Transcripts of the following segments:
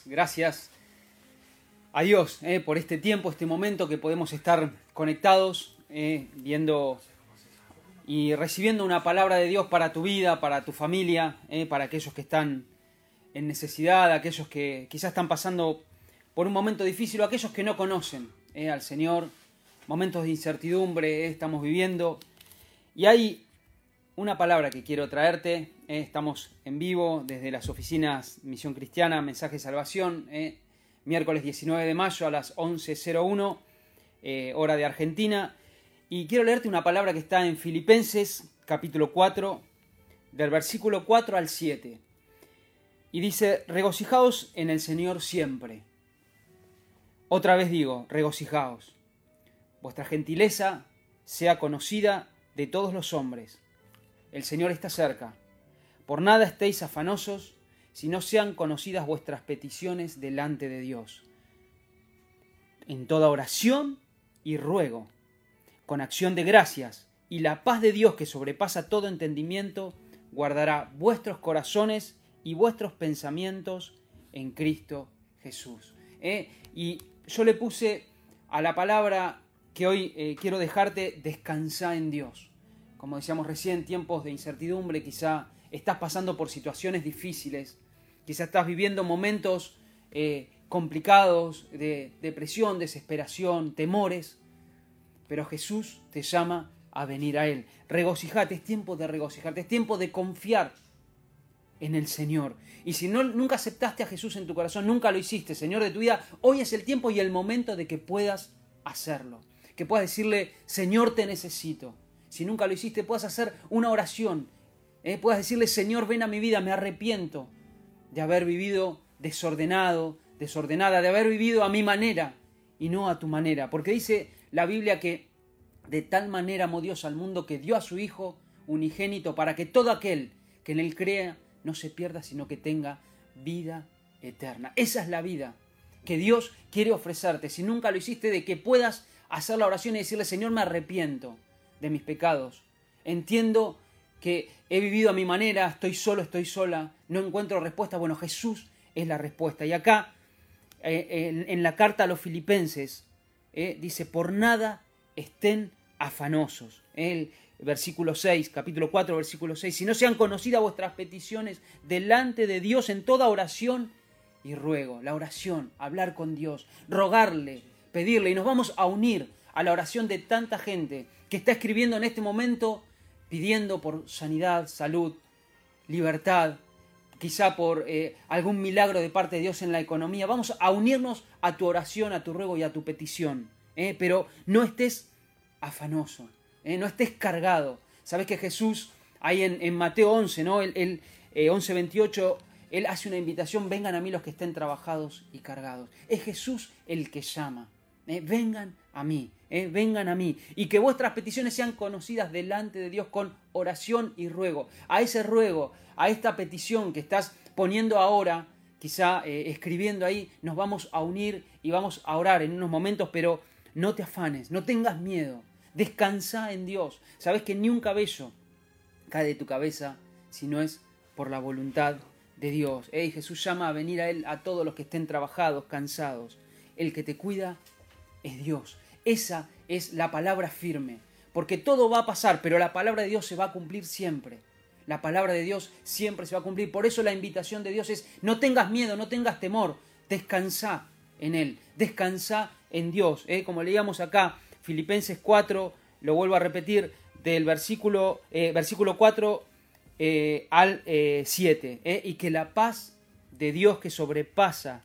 Gracias a Dios por este tiempo, este momento que podemos estar conectados, viendo y recibiendo una palabra de Dios para tu vida, para tu familia, para aquellos que están en necesidad, aquellos que quizás están pasando por un momento difícil o aquellos que no conocen al Señor. Momentos de incertidumbre estamos viviendo. Y hay una palabra que quiero traerte. Estamos en vivo desde las oficinas Misión Cristiana, Mensaje de Salvación, miércoles 19 de mayo a las 11:01, hora de Argentina. Y quiero leerte una palabra que está en Filipenses, capítulo 4, del versículo 4 al 7. Y dice: regocijaos en el Señor siempre. Otra vez digo, regocijaos. Vuestra gentileza sea conocida de todos los hombres. El Señor está cerca. Por nada estéis afanosos, si no sean conocidas vuestras peticiones delante de Dios. En toda oración y ruego, con acción de gracias, y la paz de Dios que sobrepasa todo entendimiento, guardará vuestros corazones y vuestros pensamientos en Cristo Jesús. Y yo le puse a la palabra que hoy quiero dejarte: descansá en Dios. Como decíamos recién, tiempos de incertidumbre, quizá estás pasando por situaciones difíciles, quizá estás viviendo momentos complicados de depresión, desesperación, temores, pero Jesús te llama a venir a Él. Regocijate, es tiempo de regocijarte, es tiempo de confiar en el Señor. Y si nunca aceptaste a Jesús en tu corazón, nunca lo hiciste, Señor de tu vida, hoy es el tiempo y el momento de que puedas hacerlo. Que puedas decirle: Señor, te necesito. Si nunca lo hiciste, puedas hacer una oración. Puedas decirle: Señor, ven a mi vida, me arrepiento de haber vivido desordenada, de haber vivido a mi manera y no a tu manera. Porque dice la Biblia que de tal manera amó Dios al mundo que dio a su Hijo unigénito para que todo aquel que en Él crea no se pierda, sino que tenga vida eterna. Esa es la vida que Dios quiere ofrecerte. Si nunca lo hiciste, de que puedas hacer la oración y decirle: Señor, me arrepiento de mis pecados. Entiendo que he vivido a mi manera, estoy solo, estoy sola, no encuentro respuesta. Bueno, Jesús es la respuesta. Y acá, en la carta a los Filipenses, dice: por nada estén afanosos. El versículo 6, capítulo 4, versículo 6. Si no sean conocidas vuestras peticiones delante de Dios en toda oración y ruego. La oración, hablar con Dios, rogarle, pedirle. Y nos vamos a unir a la oración de tanta gente que está escribiendo en este momento pidiendo por sanidad, salud, libertad, quizá por algún milagro de parte de Dios en la economía. Vamos a unirnos a tu oración, a tu ruego y a tu petición. Pero no estés afanoso, no estés cargado. Sabes que Jesús, ahí en Mateo 11, ¿no? 11:28, Él hace una invitación: vengan a mí los que estén trabajados y cargados. Es Jesús el que llama. Vengan a mí, vengan a mí. Y que vuestras peticiones sean conocidas delante de Dios con oración y ruego. A ese ruego, a esta petición que estás poniendo ahora, quizá escribiendo ahí, nos vamos a unir y vamos a orar en unos momentos, pero no te afanes, no tengas miedo. Descansa en Dios. Sabes que ni un cabello cae de tu cabeza si no es por la voluntad de Dios. Jesús llama a venir a Él a todos los que estén trabajados, cansados. El que te cuida es Dios. Esa es la palabra firme. Porque todo va a pasar, pero la palabra de Dios se va a cumplir siempre. La palabra de Dios siempre se va a cumplir. Por eso la invitación de Dios es: no tengas miedo, no tengas temor. Descansa en Él. Descansa en Dios. Como leíamos acá, Filipenses 4, lo vuelvo a repetir, del versículo 4 al 7. Y que la paz de Dios que sobrepasa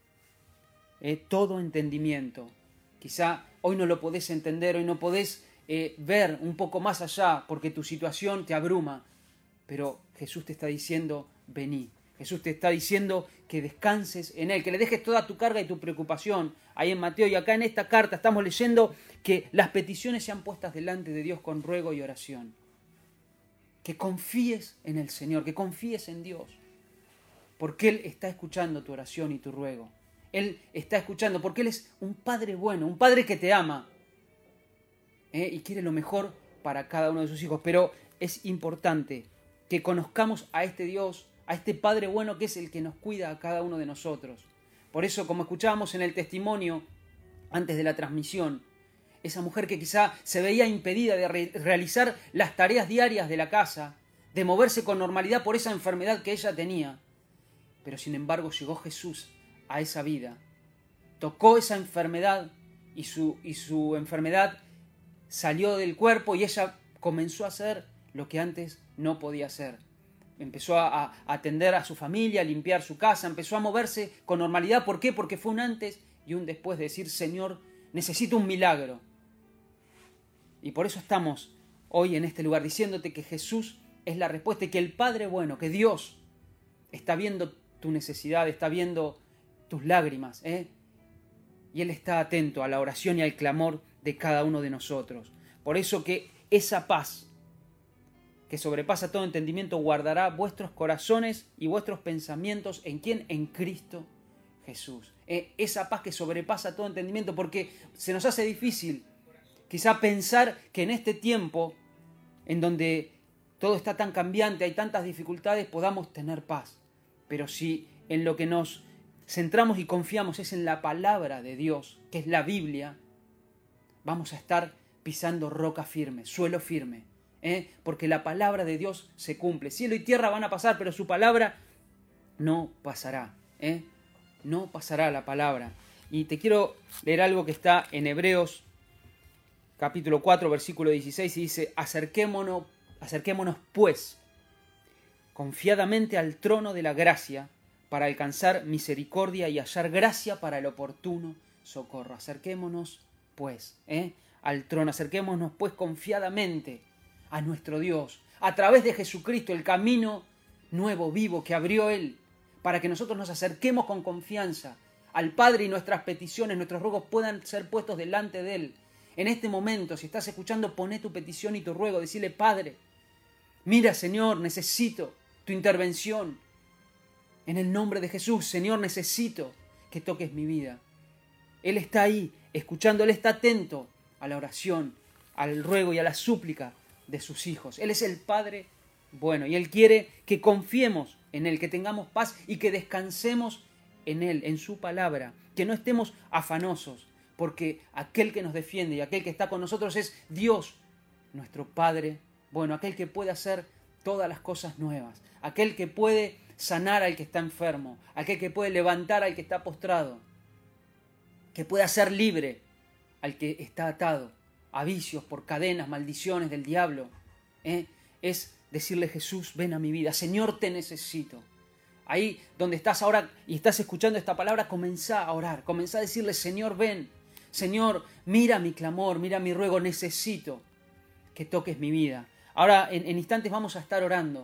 todo entendimiento. Quizá hoy no lo podés entender, hoy no podés ver un poco más allá porque tu situación te abruma, pero Jesús te está diciendo: vení. Jesús te está diciendo que descanses en Él, que le dejes toda tu carga y tu preocupación ahí en Mateo. Y acá en esta carta estamos leyendo que las peticiones sean puestas delante de Dios con ruego y oración. Que confíes en el Señor, que confíes en Dios, porque Él está escuchando tu oración y tu ruego. Él está escuchando porque Él es un Padre bueno, un Padre que te ama y quiere lo mejor para cada uno de sus hijos. Pero es importante que conozcamos a este Dios, a este Padre bueno que es el que nos cuida a cada uno de nosotros. Por eso, como escuchábamos en el testimonio antes de la transmisión, esa mujer que quizá se veía impedida de realizar las tareas diarias de la casa, de moverse con normalidad por esa enfermedad que ella tenía, pero sin embargo llegó Jesús a esa vida, tocó esa enfermedad y su enfermedad salió del cuerpo y ella comenzó a hacer lo que antes no podía hacer. Empezó a atender a su familia, a limpiar su casa, empezó a moverse con normalidad. ¿Por qué? Porque fue un antes y un después de decir, Señor, necesito un milagro. Y por eso estamos hoy en este lugar diciéndote que Jesús es la respuesta y que el Padre bueno, que Dios está viendo tu necesidad, está viendo tus lágrimas, y Él está atento a la oración y al clamor de cada uno de nosotros. Por eso que esa paz que sobrepasa todo entendimiento guardará vuestros corazones y vuestros pensamientos ¿en quién? En Cristo Jesús. Esa paz que sobrepasa todo entendimiento, porque se nos hace difícil quizá pensar que en este tiempo en donde todo está tan cambiante, hay tantas dificultades, podamos tener paz. Pero si en lo que nos centramos y confiamos es en la palabra de Dios, que es la Biblia, vamos a estar pisando roca firme, suelo firme, porque la palabra de Dios se cumple. Cielo y tierra van a pasar, pero su palabra no pasará. No pasará la palabra. Y te quiero leer algo que está en Hebreos capítulo 4, versículo 16, y dice, acerquémonos pues confiadamente al trono de la gracia para alcanzar misericordia y hallar gracia para el oportuno socorro. Acerquémonos pues al trono, acerquémonos pues confiadamente a nuestro Dios, a través de Jesucristo, el camino nuevo, vivo, que abrió Él, para que nosotros nos acerquemos con confianza al Padre y nuestras peticiones, nuestros ruegos puedan ser puestos delante de Él. En este momento, si estás escuchando, poné tu petición y tu ruego, decirle, Padre, mira, Señor, necesito tu intervención. En el nombre de Jesús, Señor, necesito que toques mi vida. Él está ahí, escuchando, Él está atento a la oración, al ruego y a la súplica de sus hijos. Él es el Padre bueno y Él quiere que confiemos en Él, que tengamos paz y que descansemos en Él, en su palabra, que no estemos afanosos, porque aquel que nos defiende y aquel que está con nosotros es Dios, nuestro Padre bueno, aquel que puede hacer todas las cosas nuevas, aquel que puede sanar al que está enfermo, aquel que puede levantar al que está postrado, que puede hacer libre al que está atado a vicios, por cadenas, maldiciones del diablo. Es decirle, Jesús, ven a mi vida, Señor, te necesito. Ahí donde estás ahora y estás escuchando esta palabra, comenzá a orar, comenzá a decirle, Señor, ven, Señor, mira mi clamor, mira mi ruego, necesito que toques mi vida. Ahora en instantes vamos a estar orando,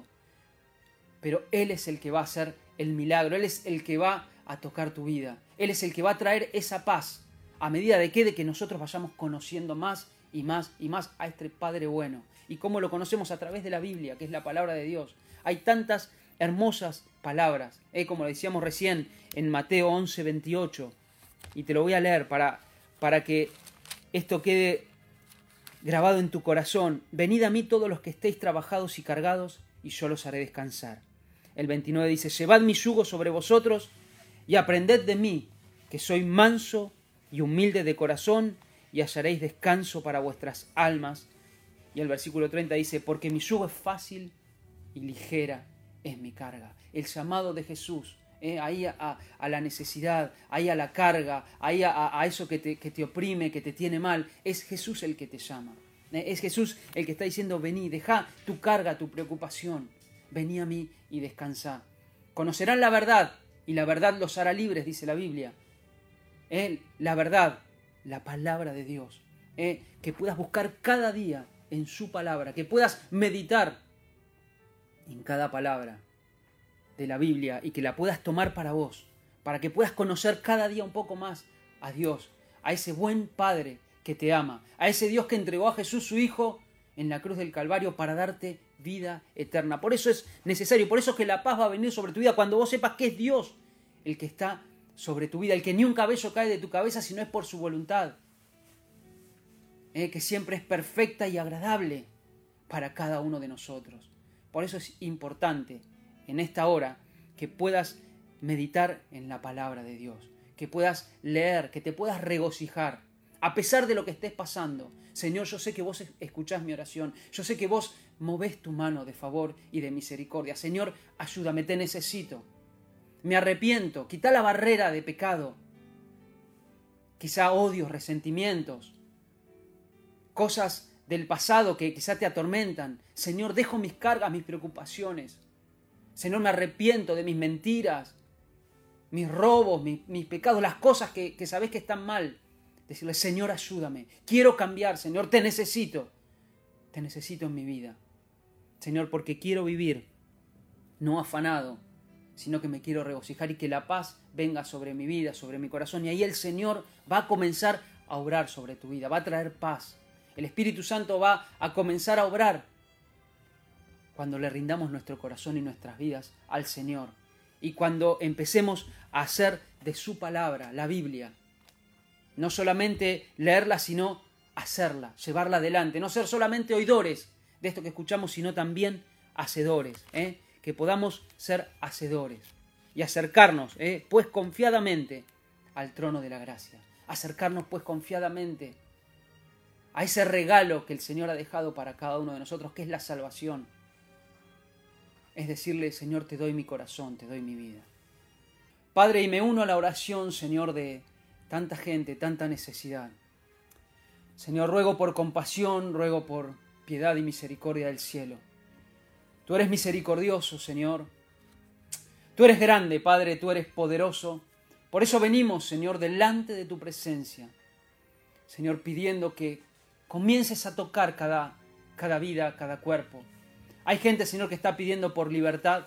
pero Él es el que va a hacer el milagro, Él es el que va a tocar tu vida, Él es el que va a traer esa paz, a medida de que nosotros vayamos conociendo más y más y más a este Padre bueno. ¿Y cómo lo conocemos? A través de la Biblia, que es la palabra de Dios. Hay tantas hermosas palabras, como lo decíamos recién en Mateo 11, 28, y te lo voy a leer para que esto quede grabado en tu corazón. Venid a mí todos los que estéis trabajados y cargados, y yo los haré descansar. El 29 dice, llevad mi yugo sobre vosotros y aprended de mí, que soy manso y humilde de corazón, y hallaréis descanso para vuestras almas. Y el versículo 30 dice, porque mi yugo es fácil y ligera es mi carga. El llamado de Jesús, ahí a la necesidad, ahí a la carga, ahí a eso que te oprime, que te tiene mal, es Jesús el que te llama. Es Jesús el que está diciendo, vení, deja tu carga, tu preocupación, vení a mí y descansá. Conocerán la verdad y la verdad los hará libres, dice la Biblia. La verdad, la palabra de Dios, que puedas buscar cada día en su palabra, que puedas meditar en cada palabra de la Biblia y que la puedas tomar para vos, para que puedas conocer cada día un poco más a Dios, a ese buen Padre que te ama, a ese Dios que entregó a Jesús su Hijo en la cruz del Calvario para darte vida eterna. Por eso es necesario, por eso es que la paz va a venir sobre tu vida cuando vos sepas que es Dios el que está sobre tu vida, el que ni un cabello cae de tu cabeza si no es por su voluntad, que siempre es perfecta y agradable para cada uno de nosotros. Por eso es importante en esta hora que puedas meditar en la palabra de Dios, que puedas leer, que te puedas regocijar, a pesar de lo que estés pasando. Señor, yo sé que vos escuchás mi oración, yo sé que vos movés tu mano de favor y de misericordia. Señor, ayúdame, te necesito. Me arrepiento, quita la barrera de pecado, quizá odios, resentimientos, cosas del pasado que quizá te atormentan. Señor, dejo mis cargas, mis preocupaciones. Señor, me arrepiento de mis mentiras, mis robos, mis pecados, las cosas que sabés que están mal. Decirle, Señor, ayúdame, quiero cambiar, Señor, te necesito en mi vida. Señor, porque quiero vivir no afanado, sino que me quiero regocijar y que la paz venga sobre mi vida, sobre mi corazón. Y ahí el Señor va a comenzar a obrar sobre tu vida, va a traer paz. El Espíritu Santo va a comenzar a obrar cuando le rindamos nuestro corazón y nuestras vidas al Señor. Y cuando empecemos a hacer de su palabra, la Biblia, no solamente leerla, sino hacerla, llevarla adelante. No ser solamente oidores de esto que escuchamos, sino también hacedores. Que podamos ser hacedores y acercarnos, pues confiadamente al trono de la gracia. Acercarnos pues confiadamente a ese regalo que el Señor ha dejado para cada uno de nosotros, que es la salvación. Es decirle, Señor, te doy mi corazón, te doy mi vida. Padre, y me uno a la oración, Señor, de tanta gente, tanta necesidad. Señor, ruego por compasión, ruego por piedad y misericordia del cielo. Tú eres misericordioso, Señor. Tú eres grande, Padre, tú eres poderoso. Por eso venimos, Señor, delante de tu presencia. Señor, pidiendo que comiences a tocar cada vida, cada cuerpo. Hay gente, Señor, que está pidiendo por libertad.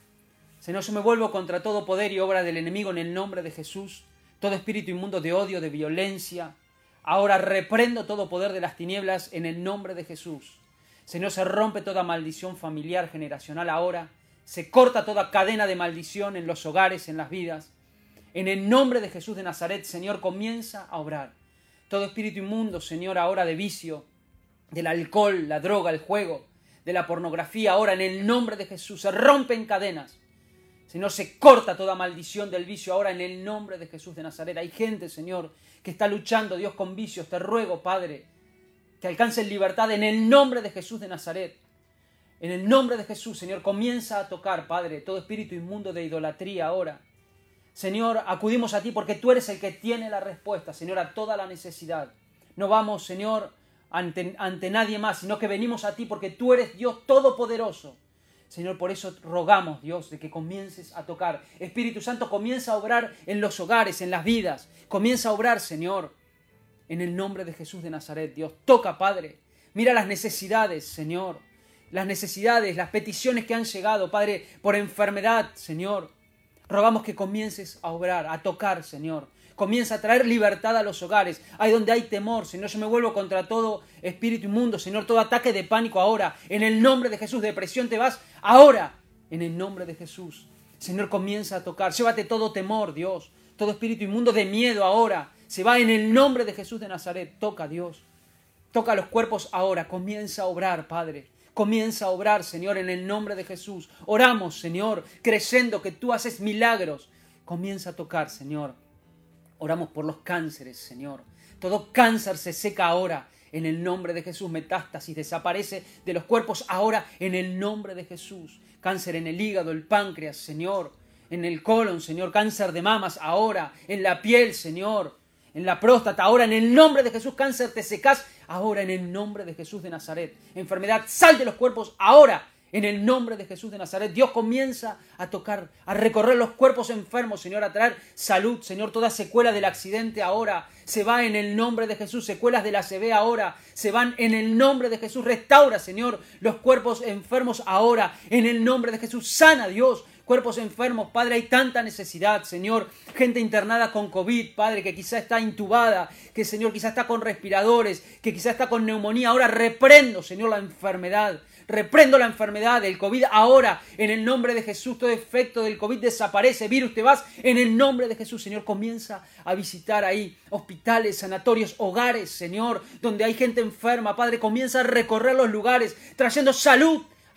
Señor, yo me vuelvo contra todo poder y obra del enemigo en el nombre de Jesús. Todo espíritu inmundo de odio, de violencia. Ahora reprendo todo poder de las tinieblas en el nombre de Jesús. Señor, se rompe toda maldición familiar, generacional ahora. Se corta toda cadena de maldición en los hogares, en las vidas. En el nombre de Jesús de Nazaret, Señor, comienza a obrar. Todo espíritu inmundo, Señor, ahora de vicio, del alcohol, la droga, el juego, de la pornografía, ahora en el nombre de Jesús, se rompen cadenas. Señor, se corta toda maldición del vicio ahora en el nombre de Jesús de Nazaret. Hay gente, Señor, que está luchando, Dios, con vicios. Te ruego, Padre, que alcancen libertad en el nombre de Jesús de Nazaret. En el nombre de Jesús, Señor, comienza a tocar, Padre, todo espíritu inmundo de idolatría ahora. Señor, acudimos a ti porque tú eres el que tiene la respuesta, Señor, a toda la necesidad. No vamos, Señor, ante nadie más, sino que venimos a ti porque tú eres Dios todopoderoso. Señor, por eso rogamos, Dios, de que comiences a tocar. Espíritu Santo, comienza a obrar en los hogares, en las vidas. Comienza a obrar, Señor, en el nombre de Jesús de Nazaret, Dios. Toca, Padre. Mira las necesidades, Señor. Las necesidades, las peticiones que han llegado, Padre, por enfermedad, Señor. Rogamos que comiences a obrar, a tocar, Señor. Comienza a traer libertad a los hogares. Ahí donde hay temor, Señor, yo me vuelvo contra todo espíritu inmundo, Señor, todo ataque de pánico ahora. En el nombre de Jesús, depresión te vas ahora. En el nombre de Jesús. Señor, comienza a tocar. Llévate todo temor, Dios. Todo espíritu inmundo de miedo ahora. Se va en el nombre de Jesús de Nazaret. Toca, Dios. Toca los cuerpos ahora. Comienza a obrar, Padre. Comienza a obrar, Señor, en el nombre de Jesús. Oramos, Señor, creyendo que tú haces milagros. Comienza a tocar, Señor. Oramos por los cánceres, Señor. Todo cáncer se seca ahora en el nombre de Jesús. Metástasis desaparece de los cuerpos ahora en el nombre de Jesús. Cáncer en el hígado, el páncreas, Señor. En el colon, Señor. Cáncer de mamas ahora. En la piel, Señor. En la próstata ahora en el nombre de Jesús. Cáncer te secas ahora en el nombre de Jesús de Nazaret. Enfermedad, sal de los cuerpos ahora. En el nombre de Jesús de Nazaret, Dios comienza a tocar, a recorrer los cuerpos enfermos, Señor, a traer salud, Señor. Toda secuela del accidente ahora se va en el nombre de Jesús. Secuelas de la ACV ahora se van en el nombre de Jesús. Restaura, Señor, los cuerpos enfermos ahora en el nombre de Jesús. Sana, Dios, cuerpos enfermos, Padre. Hay tanta necesidad, Señor. Gente internada con COVID, Padre, que quizá está intubada, que, Señor, quizá está con respiradores, que quizá está con neumonía. Ahora reprendo, Señor, la enfermedad. Reprendo la enfermedad del COVID ahora en el nombre de Jesús. Todo efecto del COVID desaparece. Virus, te vas en el nombre de Jesús. Señor, comienza a visitar ahí hospitales, sanatorios, hogares, Señor, donde hay gente enferma. Padre, comienza a recorrer los lugares trayendo salud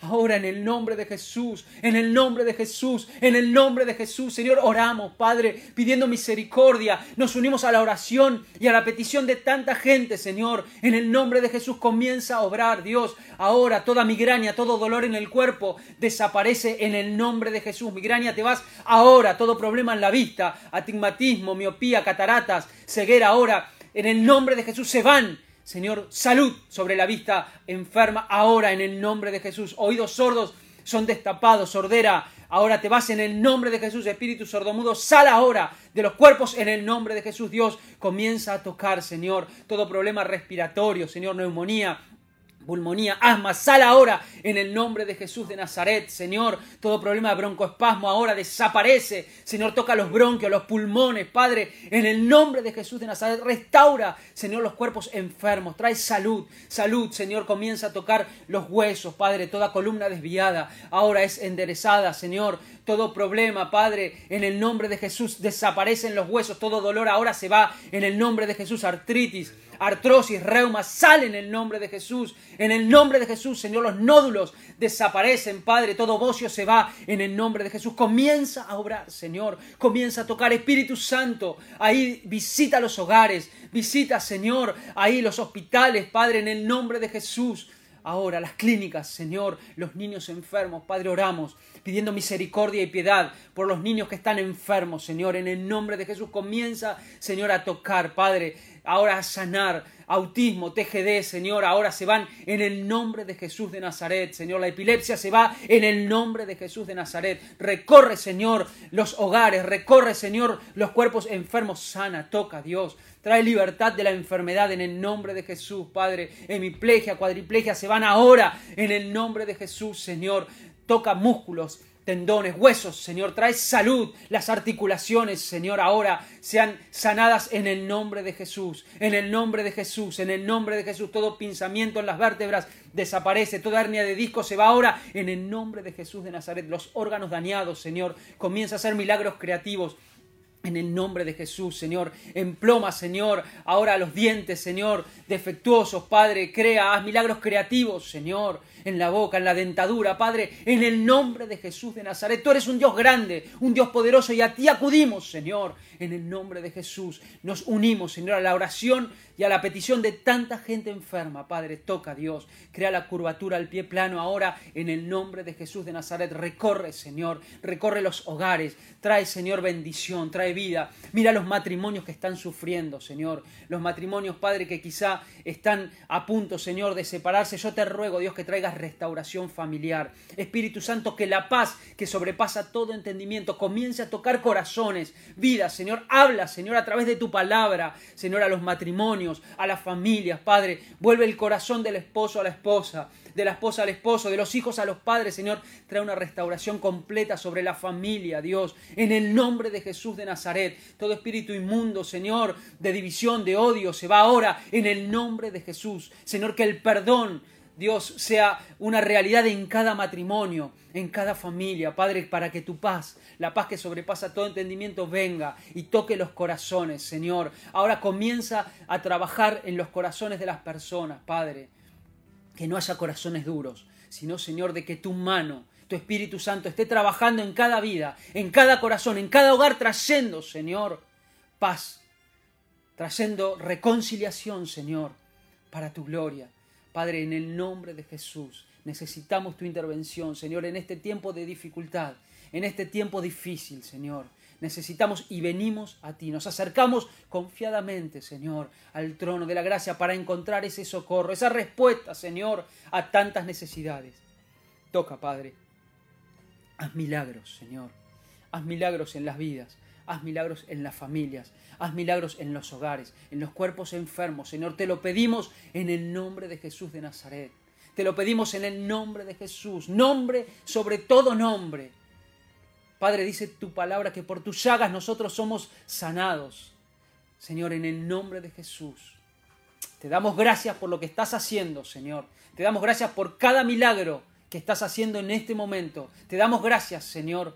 Ahora en el nombre de Jesús, en el nombre de Jesús, en el nombre de Jesús, Señor, oramos, Padre, pidiendo misericordia. Nos unimos a la oración y a la petición de tanta gente, Señor. En el nombre de Jesús comienza a obrar, Dios. Ahora toda migraña, todo dolor en el cuerpo desaparece en el nombre de Jesús. Migraña, te vas ahora. Todo problema en la vista, astigmatismo, miopía, cataratas, ceguera, ahora en el nombre de Jesús se van. Señor, salud sobre la vista enferma ahora en el nombre de Jesús. Oídos sordos son destapados, sordera, ahora te vas en el nombre de Jesús. Espíritu sordomudo, sal ahora de los cuerpos en el nombre de Jesús. Dios, comienza a tocar, Señor, todo problema respiratorio, Señor, neumonía, pulmonía, asma, sal ahora en el nombre de Jesús de Nazaret, Señor. Todo problema de broncoespasmo ahora desaparece. Señor, toca los bronquios, los pulmones, Padre, en el nombre de Jesús de Nazaret. Restaura, Señor, los cuerpos enfermos. Trae salud, salud, Señor. Comienza a tocar los huesos, Padre. Toda columna desviada ahora es enderezada, Señor. Todo problema, Padre, en el nombre de Jesús desaparecen los huesos. Todo dolor ahora se va en el nombre de Jesús. Artritis, artrosis, reuma, sale en el nombre de Jesús. En el nombre de Jesús, Señor, los nódulos desaparecen, Padre. Todo bocio se va en el nombre de Jesús. Comienza a obrar, Señor. Comienza a tocar, Espíritu Santo. Ahí visita los hogares. Visita, Señor, ahí los hospitales, Padre, en el nombre de Jesús. Ahora las clínicas, Señor, los niños enfermos, Padre, oramos pidiendo misericordia y piedad por los niños que están enfermos, Señor, en el nombre de Jesús. Comienza, Señor, a tocar, Padre, ahora a sanar. Autismo, TGD, Señor, ahora se van en el nombre de Jesús de Nazaret, Señor. La epilepsia se va en el nombre de Jesús de Nazaret. Recorre, Señor, los hogares, recorre, Señor, los cuerpos enfermos. Sana, toca, Dios. Trae libertad de la enfermedad en el nombre de Jesús, Padre. Hemiplegia, cuadriplegia se van ahora en el nombre de Jesús, Señor. Toca músculos, tendones, huesos, Señor. Trae salud. Las articulaciones, Señor, ahora sean sanadas en el nombre de Jesús. En el nombre de Jesús, en el nombre de Jesús. Todo pinzamiento en las vértebras desaparece. Toda hernia de disco se va ahora en el nombre de Jesús de Nazaret. Los órganos dañados, Señor, comienza a hacer milagros creativos. En el nombre de Jesús, Señor. Emploma, Señor, ahora los dientes, Señor, defectuosos, Padre. Crea, haz milagros creativos, Señor, en la boca, en la dentadura, Padre, en el nombre de Jesús de Nazaret. Tú eres un Dios grande, un Dios poderoso, y a ti acudimos, Señor, en el nombre de Jesús. Nos unimos, Señor, a la oración y a la petición de tanta gente enferma. Padre, toca, Dios. Crea la curvatura al pie plano ahora en el nombre de Jesús de Nazaret. Recorre, Señor, recorre los hogares. Trae, Señor, bendición, trae vida. Mira los matrimonios que están sufriendo, Señor. Los matrimonios, Padre, que quizá están a punto, Señor, de separarse. Yo te ruego, Dios, que traigas restauración familiar. Espíritu Santo, que la paz que sobrepasa todo entendimiento comience a tocar corazones, vidas, Señor. Habla, Señor, a través de tu palabra, Señor, a los matrimonios, a las familias, Padre. Vuelve el corazón del esposo a la esposa, de la esposa al esposo, de los hijos a los padres, Señor. Trae una restauración completa sobre la familia, Dios, en el nombre de Jesús de Nazaret. Todo espíritu inmundo, Señor, de división, de odio, se va ahora en el nombre de Jesús. Señor, que el perdón, Dios, sea una realidad en cada matrimonio, en cada familia, Padre, para que tu paz, la paz que sobrepasa todo entendimiento, venga y toque los corazones, Señor. Ahora comienza a trabajar en los corazones de las personas, Padre. Que no haya corazones duros, sino, Señor, de que tu mano, tu Espíritu Santo esté trabajando en cada vida, en cada corazón, en cada hogar, trayendo, Señor, paz, trayendo reconciliación, Señor, para tu gloria. Padre, en el nombre de Jesús, necesitamos tu intervención, Señor, en este tiempo de dificultad, en este tiempo difícil, Señor. Necesitamos y venimos a ti. Nos acercamos confiadamente, Señor, al trono de la gracia para encontrar ese socorro, esa respuesta, Señor, a tantas necesidades. Toca, Padre. Haz milagros, Señor. Haz milagros en las vidas. Haz milagros en las familias. Haz milagros en los hogares, en los cuerpos enfermos. Señor, te lo pedimos en el nombre de Jesús de Nazaret. Te lo pedimos en el nombre de Jesús. Nombre sobre todo nombre. Padre, dice tu palabra que por tus llagas nosotros somos sanados. Señor, en el nombre de Jesús, te damos gracias por lo que estás haciendo, Señor. Te damos gracias por cada milagro que estás haciendo en este momento. Te damos gracias, Señor,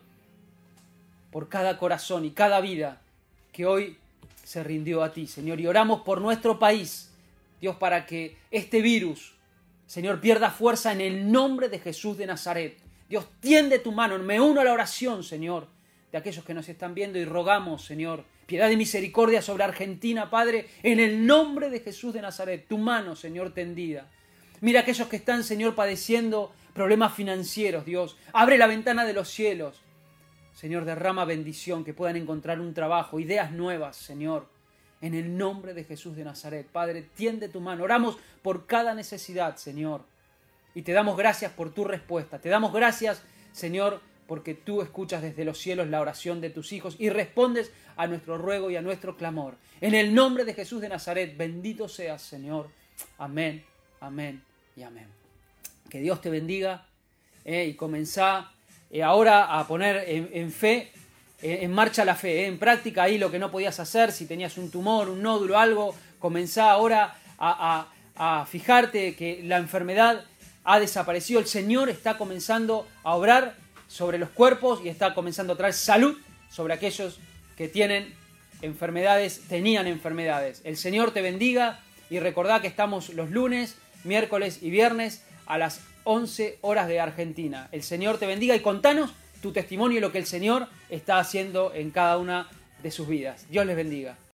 por cada corazón y cada vida que hoy se rindió a ti, Señor. Y oramos por nuestro país, Dios, para que este virus Señor, pierda fuerza en el nombre de Jesús de Nazaret. Dios, tiende tu mano. Me uno a la oración, Señor, de aquellos que nos están viendo y rogamos, Señor, piedad y misericordia sobre Argentina, Padre, en el nombre de Jesús de Nazaret. Tu mano, Señor, tendida. Mira a aquellos que están, Señor, padeciendo problemas financieros, Dios. Abre la ventana de los cielos. Señor, derrama bendición, que puedan encontrar un trabajo, ideas nuevas, Señor. En el nombre de Jesús de Nazaret. Padre, tiende tu mano. Oramos por cada necesidad, Señor. Y te damos gracias por tu respuesta. Te damos gracias, Señor, porque tú escuchas desde los cielos la oración de tus hijos y respondes a nuestro ruego y a nuestro clamor. En el nombre de Jesús de Nazaret, bendito seas, Señor. Amén, amén y amén. Que Dios te bendiga y comenzá ahora a poner en fe, en marcha la fe, en práctica ahí lo que no podías hacer, si tenías un tumor, un nódulo, algo, comenzá ahora a fijarte que la enfermedad ha desaparecido. El Señor está comenzando a obrar sobre los cuerpos y está comenzando a traer salud sobre aquellos que tenían enfermedades. El Señor te bendiga y recordá que estamos los lunes, miércoles y viernes a las 11 horas de Argentina. El Señor te bendiga y contanos tu testimonio y lo que el Señor está haciendo en cada una de sus vidas. Dios les bendiga.